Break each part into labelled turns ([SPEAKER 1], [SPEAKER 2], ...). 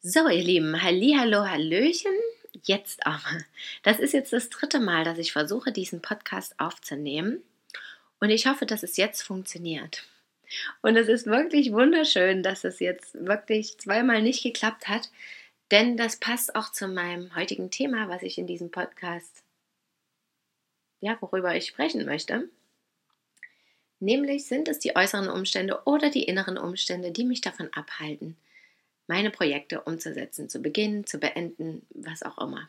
[SPEAKER 1] So, ihr Lieben, hallihallo, hallöchen. Jetzt aber. Das ist jetzt das dritte Mal, dass ich versuche, diesen Podcast aufzunehmen. Und ich hoffe, dass es jetzt funktioniert. Und es ist wirklich wunderschön, dass es jetzt wirklich zweimal nicht geklappt hat. Denn das passt auch zu meinem heutigen Thema, was ich in diesem Podcast, ja, worüber ich sprechen möchte. Nämlich sind es die äußeren Umstände oder die inneren Umstände, die mich davon abhalten, meine Projekte umzusetzen, zu beginnen, zu beenden, was auch immer,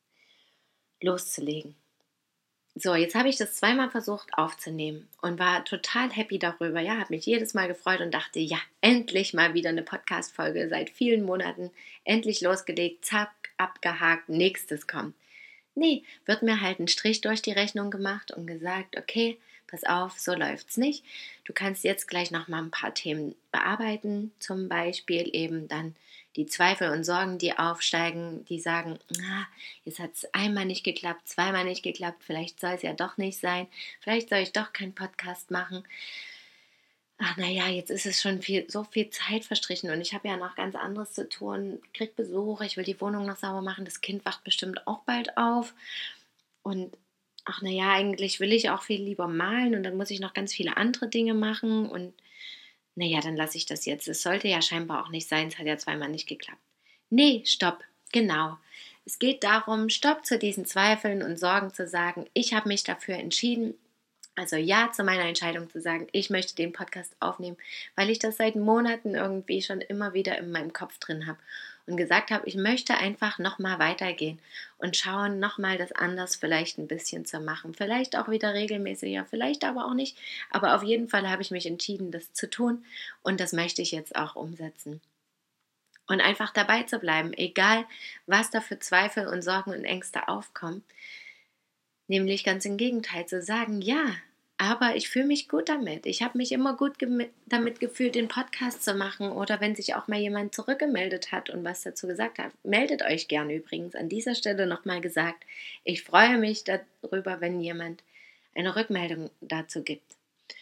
[SPEAKER 1] loszulegen. So, jetzt habe ich das zweimal versucht aufzunehmen und war total happy darüber. Ja, habe mich jedes Mal gefreut und dachte, ja, endlich mal wieder eine Podcast-Folge seit vielen Monaten, endlich losgelegt, zack, abgehakt, nächstes kommt. Nee, wird mir halt ein Strich durch die Rechnung gemacht und gesagt, okay, pass auf, so läuft's nicht. Du kannst jetzt gleich noch mal ein paar Themen bearbeiten, zum Beispiel eben dann die Zweifel und Sorgen, die aufsteigen, die sagen, jetzt hat es einmal nicht geklappt, zweimal nicht geklappt, vielleicht soll es ja doch nicht sein, vielleicht soll ich doch keinen Podcast machen. Ach naja, jetzt ist es schon so viel Zeit verstrichen und ich habe ja noch ganz anderes zu tun, krieg Besuch, ich will die Wohnung noch sauber machen, das Kind wacht bestimmt auch bald auf und ach naja, eigentlich will ich auch viel lieber malen und dann muss ich noch ganz viele andere Dinge machen und naja, dann lasse ich das jetzt. Es sollte ja scheinbar auch nicht sein, es hat ja zweimal nicht geklappt. Nee, stopp, genau. Es geht darum, Stopp zu diesen Zweifeln und Sorgen zu sagen, ich habe mich dafür entschieden, also ja zu meiner Entscheidung zu sagen, ich möchte den Podcast aufnehmen, weil ich das seit Monaten irgendwie schon immer wieder in meinem Kopf drin habe und gesagt habe, ich möchte einfach nochmal weitergehen und schauen, nochmal das anders vielleicht ein bisschen zu machen. Vielleicht auch wieder regelmäßiger, vielleicht aber auch nicht. Aber auf jeden Fall habe ich mich entschieden, das zu tun und das möchte ich jetzt auch umsetzen. Und einfach dabei zu bleiben, egal was da für Zweifel und Sorgen und Ängste aufkommen. Nämlich ganz im Gegenteil, zu sagen, ja, aber ich fühle mich gut damit. Ich habe mich immer gut damit gefühlt, den Podcast zu machen oder wenn sich auch mal jemand zurückgemeldet hat und was dazu gesagt hat. Meldet euch gerne übrigens an dieser Stelle nochmal gesagt. Ich freue mich darüber, wenn jemand eine Rückmeldung dazu gibt.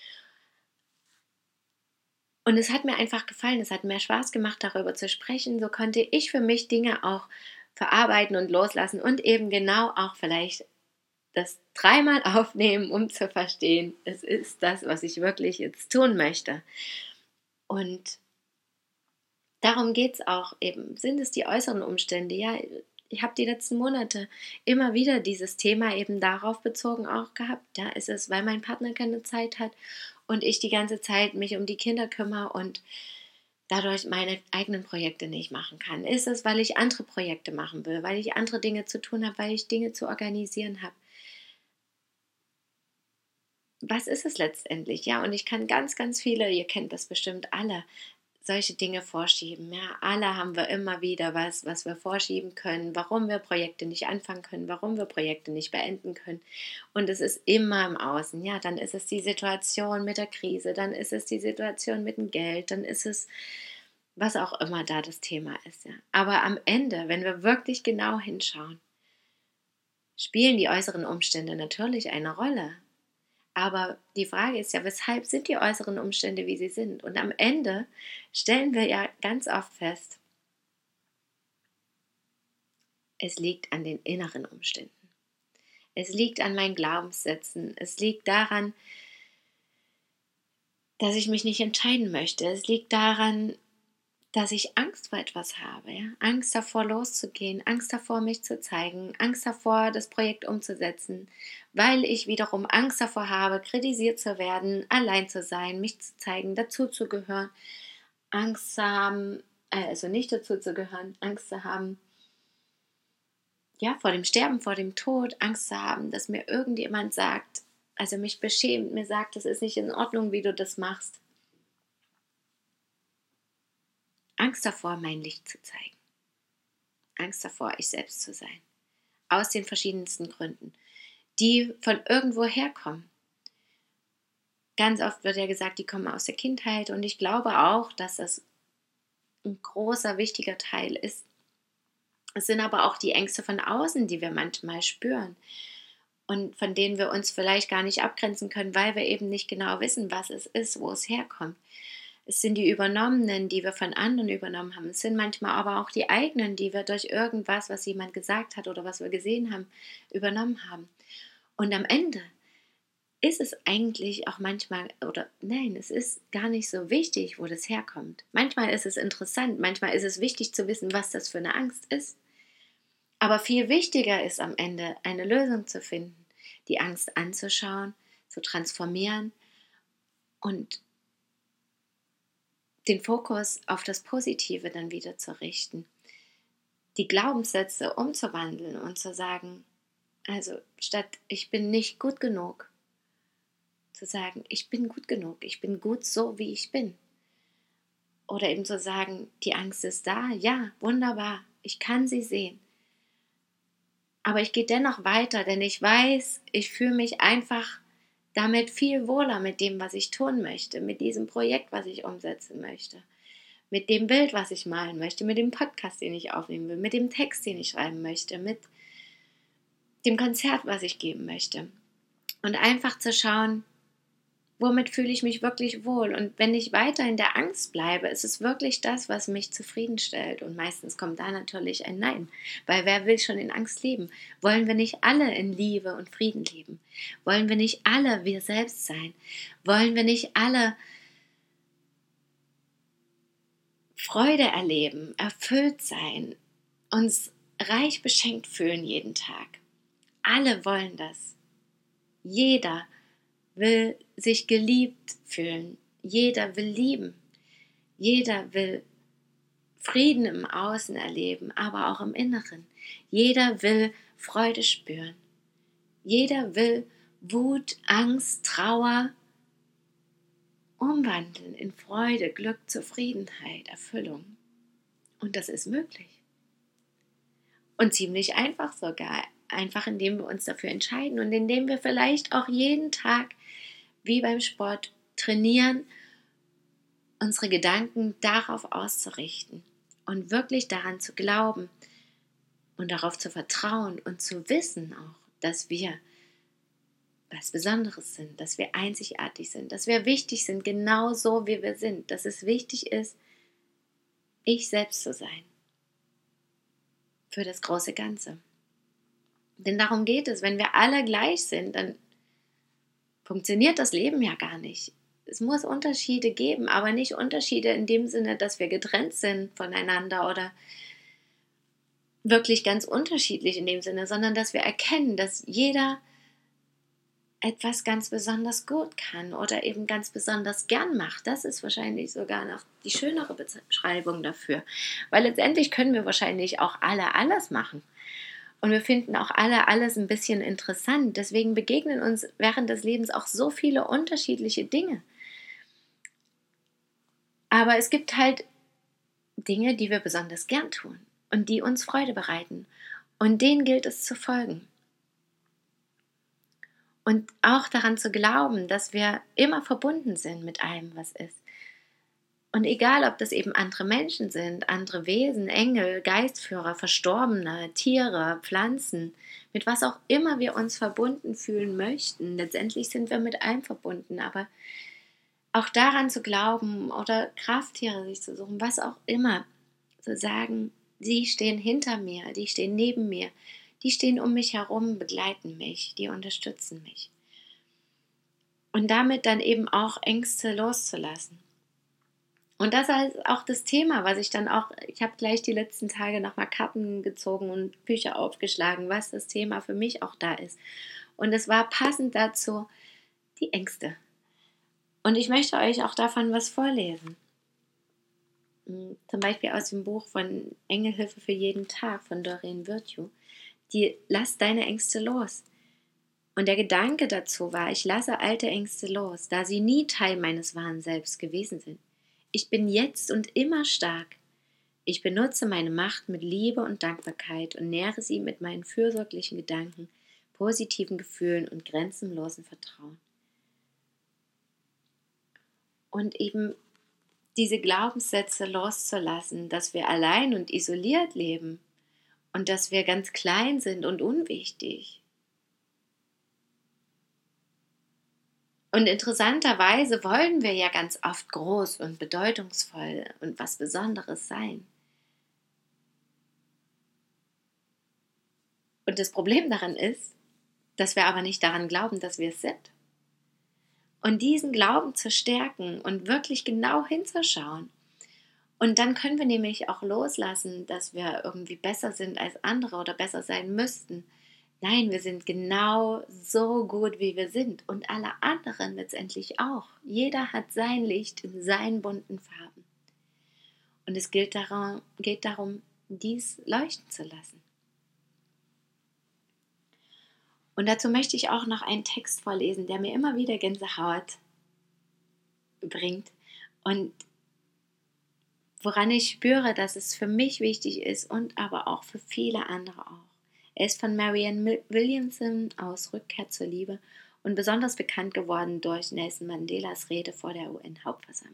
[SPEAKER 1] Und es hat mir einfach gefallen, es hat mir Spaß gemacht, darüber zu sprechen. So konnte ich für mich Dinge auch verarbeiten und loslassen und eben genau auch vielleicht das dreimal aufnehmen, um zu verstehen, es ist das, was ich wirklich jetzt tun möchte. Und darum geht es auch eben. Sind es die äußeren Umstände? Ja, ich habe die letzten Monate immer wieder dieses Thema eben darauf bezogen auch gehabt. Ja, ist es, weil mein Partner keine Zeit hat und ich die ganze Zeit mich um die Kinder kümmere und dadurch meine eigenen Projekte nicht machen kann? Ist es, weil ich andere Projekte machen will, weil ich andere Dinge zu tun habe, weil ich Dinge zu organisieren habe? Was ist es letztendlich? Ja, und ich kann ganz, ganz viele, ihr kennt das bestimmt alle, solche Dinge vorschieben. Ja, alle haben wir immer wieder was wir vorschieben können, warum wir Projekte nicht anfangen können, warum wir Projekte nicht beenden können. Und es ist immer im Außen. Ja, dann ist es die Situation mit der Krise, dann ist es die Situation mit dem Geld, dann ist es was auch immer da das Thema ist. Ja. Aber am Ende, wenn wir wirklich genau hinschauen, spielen die äußeren Umstände natürlich eine Rolle. Aber die Frage ist ja, weshalb sind die äußeren Umstände, wie sie sind? Und am Ende stellen wir ja ganz oft fest, es liegt an den inneren Umständen. Es liegt an meinen Glaubenssätzen. Es liegt daran, dass ich mich nicht entscheiden möchte. Es liegt daran, dass ich Angst vor etwas habe. Ja? Angst davor, loszugehen, Angst davor, mich zu zeigen, Angst davor, das Projekt umzusetzen, weil ich wiederum Angst davor habe, kritisiert zu werden, allein zu sein, mich zu zeigen, dazuzugehören, Angst zu haben, also nicht dazuzugehören, Angst zu haben, ja, vor dem Sterben, vor dem Tod, Angst zu haben, dass mir irgendjemand sagt, also mich beschämt, mir sagt, das ist nicht in Ordnung, wie du das machst. Angst davor, mein Licht zu zeigen. Angst davor, ich selbst zu sein. Aus den verschiedensten Gründen, die von irgendwo herkommen. Ganz oft wird ja gesagt, die kommen aus der Kindheit und ich glaube auch, dass das ein großer, wichtiger Teil ist. Es sind aber auch die Ängste von außen, die wir manchmal spüren und von denen wir uns vielleicht gar nicht abgrenzen können, weil wir eben nicht genau wissen, was es ist, wo es herkommt. Es sind die übernommenen, die wir von anderen übernommen haben. Es sind manchmal aber auch die eigenen, die wir durch irgendwas, was jemand gesagt hat oder was wir gesehen haben, übernommen haben. Und am Ende ist es eigentlich auch manchmal, oder nein, es ist gar nicht so wichtig, wo das herkommt. Manchmal ist es interessant, manchmal ist es wichtig zu wissen, was das für eine Angst ist. Aber viel wichtiger ist am Ende, eine Lösung zu finden, die Angst anzuschauen, zu transformieren und den Fokus auf das Positive dann wieder zu richten. Die Glaubenssätze umzuwandeln und zu sagen, also statt ich bin nicht gut genug, zu sagen, ich bin gut genug, ich bin gut so, wie ich bin. Oder eben zu sagen, die Angst ist da, ja, wunderbar, ich kann sie sehen. Aber ich gehe dennoch weiter, denn ich weiß, ich fühle mich einfach damit viel wohler mit dem, was ich tun möchte, mit diesem Projekt, was ich umsetzen möchte, mit dem Bild, was ich malen möchte, mit dem Podcast, den ich aufnehmen will, mit dem Text, den ich schreiben möchte, mit dem Konzert, was ich geben möchte. Und einfach zu schauen, womit fühle ich mich wirklich wohl? Und wenn ich weiter in der Angst bleibe, ist es wirklich das, was mich zufriedenstellt. Und meistens kommt da natürlich ein Nein, weil wer will schon in Angst leben? Wollen wir nicht alle in Liebe und Frieden leben? Wollen wir nicht alle wir selbst sein? Wollen wir nicht alle Freude erleben, erfüllt sein, uns reich beschenkt fühlen jeden Tag? Alle wollen das. Jeder will sich geliebt fühlen. Jeder will lieben. Jeder will Frieden im Außen erleben, aber auch im Inneren. Jeder will Freude spüren. Jeder will Wut, Angst, Trauer umwandeln in Freude, Glück, Zufriedenheit, Erfüllung. Und das ist möglich. Und ziemlich einfach sogar. Einfach indem wir uns dafür entscheiden und indem wir vielleicht auch jeden Tag, wie beim Sport, trainieren, unsere Gedanken darauf auszurichten und wirklich daran zu glauben und darauf zu vertrauen und zu wissen auch, dass wir was Besonderes sind, dass wir einzigartig sind, dass wir wichtig sind, genau so wie wir sind, dass es wichtig ist, ich selbst zu sein für das große Ganze. Denn darum geht es, wenn wir alle gleich sind, dann funktioniert das Leben ja gar nicht. Es muss Unterschiede geben, aber nicht Unterschiede in dem Sinne, dass wir getrennt sind voneinander oder wirklich ganz unterschiedlich in dem Sinne, sondern dass wir erkennen, dass jeder etwas ganz besonders gut kann oder eben ganz besonders gern macht. Das ist wahrscheinlich sogar noch die schönere Beschreibung dafür. Weil letztendlich können wir wahrscheinlich auch alle alles machen. Und wir finden auch alle alles ein bisschen interessant. Deswegen begegnen uns während des Lebens auch so viele unterschiedliche Dinge. Aber es gibt halt Dinge, die wir besonders gern tun und die uns Freude bereiten. Und denen gilt es zu folgen. Und auch daran zu glauben, dass wir immer verbunden sind mit allem, was ist. Und egal, ob das eben andere Menschen sind, andere Wesen, Engel, Geistführer, Verstorbene, Tiere, Pflanzen, mit was auch immer wir uns verbunden fühlen möchten. Letztendlich sind wir mit allem verbunden, aber auch daran zu glauben oder Krafttiere sich zu suchen, was auch immer, zu sagen, sie stehen hinter mir, die stehen neben mir, die stehen um mich herum, begleiten mich, die unterstützen mich. Und damit dann eben auch Ängste loszulassen. Und das ist auch das Thema, was ich habe gleich die letzten Tage nochmal Karten gezogen und Bücher aufgeschlagen, was das Thema für mich auch da ist. Und es war passend dazu die Ängste. Und ich möchte euch auch davon was vorlesen. Zum Beispiel aus dem Buch von Engelhilfe für jeden Tag von Doreen Virtue. Die Lass deine Ängste los. Und der Gedanke dazu war, ich lasse alte Ängste los, da sie nie Teil meines wahren Selbst gewesen sind. Ich bin jetzt und immer stark. Ich benutze meine Macht mit Liebe und Dankbarkeit und nähre sie mit meinen fürsorglichen Gedanken, positiven Gefühlen und grenzenlosem Vertrauen. Und eben diese Glaubenssätze loszulassen, dass wir allein und isoliert leben und dass wir ganz klein sind und unwichtig. Und interessanterweise wollen wir ja ganz oft groß und bedeutungsvoll und was Besonderes sein. Und das Problem daran ist, dass wir aber nicht daran glauben, dass wir es sind. Und diesen Glauben zu stärken und wirklich genau hinzuschauen. Und dann können wir nämlich auch loslassen, dass wir irgendwie besser sind als andere oder besser sein müssten. Nein, wir sind genau so gut, wie wir sind. Und alle anderen letztendlich auch. Jeder hat sein Licht in seinen bunten Farben. Und es geht darum, dies leuchten zu lassen. Und dazu möchte ich auch noch einen Text vorlesen, der mir immer wieder Gänsehaut bringt und woran ich spüre, dass es für mich wichtig ist und aber auch für viele andere auch. Er ist von Marianne Williamson aus Rückkehr zur Liebe und besonders bekannt geworden durch Nelson Mandelas Rede vor der UN-Hauptversammlung.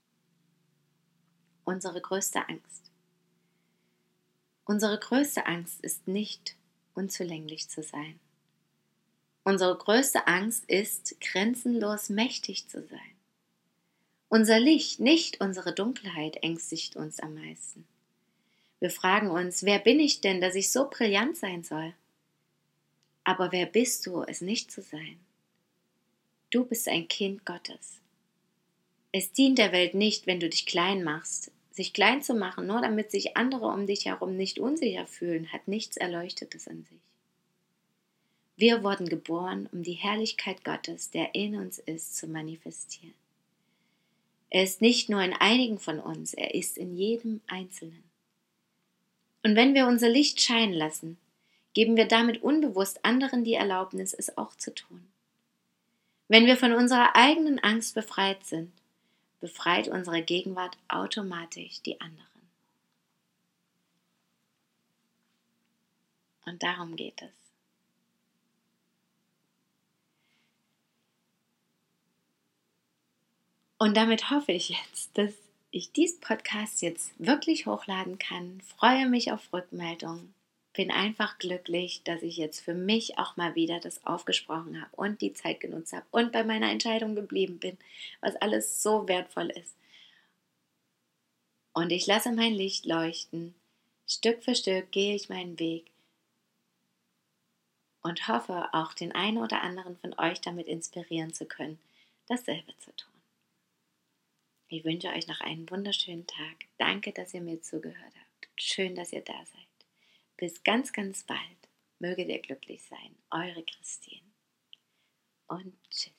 [SPEAKER 1] Unsere größte Angst. Unsere größte Angst ist nicht, unzulänglich zu sein. Unsere größte Angst ist, grenzenlos mächtig zu sein. Unser Licht, nicht unsere Dunkelheit, ängstigt uns am meisten. Wir fragen uns, wer bin ich denn, dass ich so brillant sein soll? Aber wer bist du, es nicht zu sein? Du bist ein Kind Gottes. Es dient der Welt nicht, wenn du dich klein machst. Sich klein zu machen, nur damit sich andere um dich herum nicht unsicher fühlen, hat nichts Erleuchtetes an sich. Wir wurden geboren, um die Herrlichkeit Gottes, der in uns ist, zu manifestieren. Er ist nicht nur in einigen von uns, er ist in jedem Einzelnen. Und wenn wir unser Licht scheinen lassen, geben wir damit unbewusst anderen die Erlaubnis, es auch zu tun. Wenn wir von unserer eigenen Angst befreit sind, befreit unsere Gegenwart automatisch die anderen. Und darum geht es. Und damit hoffe ich jetzt, dass ich diesen Podcast jetzt wirklich hochladen kann. Freue mich auf Rückmeldungen. Bin einfach glücklich, dass ich jetzt für mich auch mal wieder das aufgesprochen habe und die Zeit genutzt habe und bei meiner Entscheidung geblieben bin, was alles so wertvoll ist. Und ich lasse mein Licht leuchten. Stück für Stück gehe ich meinen Weg und hoffe, auch den einen oder anderen von euch damit inspirieren zu können, dasselbe zu tun. Ich wünsche euch noch einen wunderschönen Tag. Danke, dass ihr mir zugehört habt. Schön, dass ihr da seid. Bis ganz, ganz bald. Möget ihr glücklich sein. Eure Christine. Und tschüss.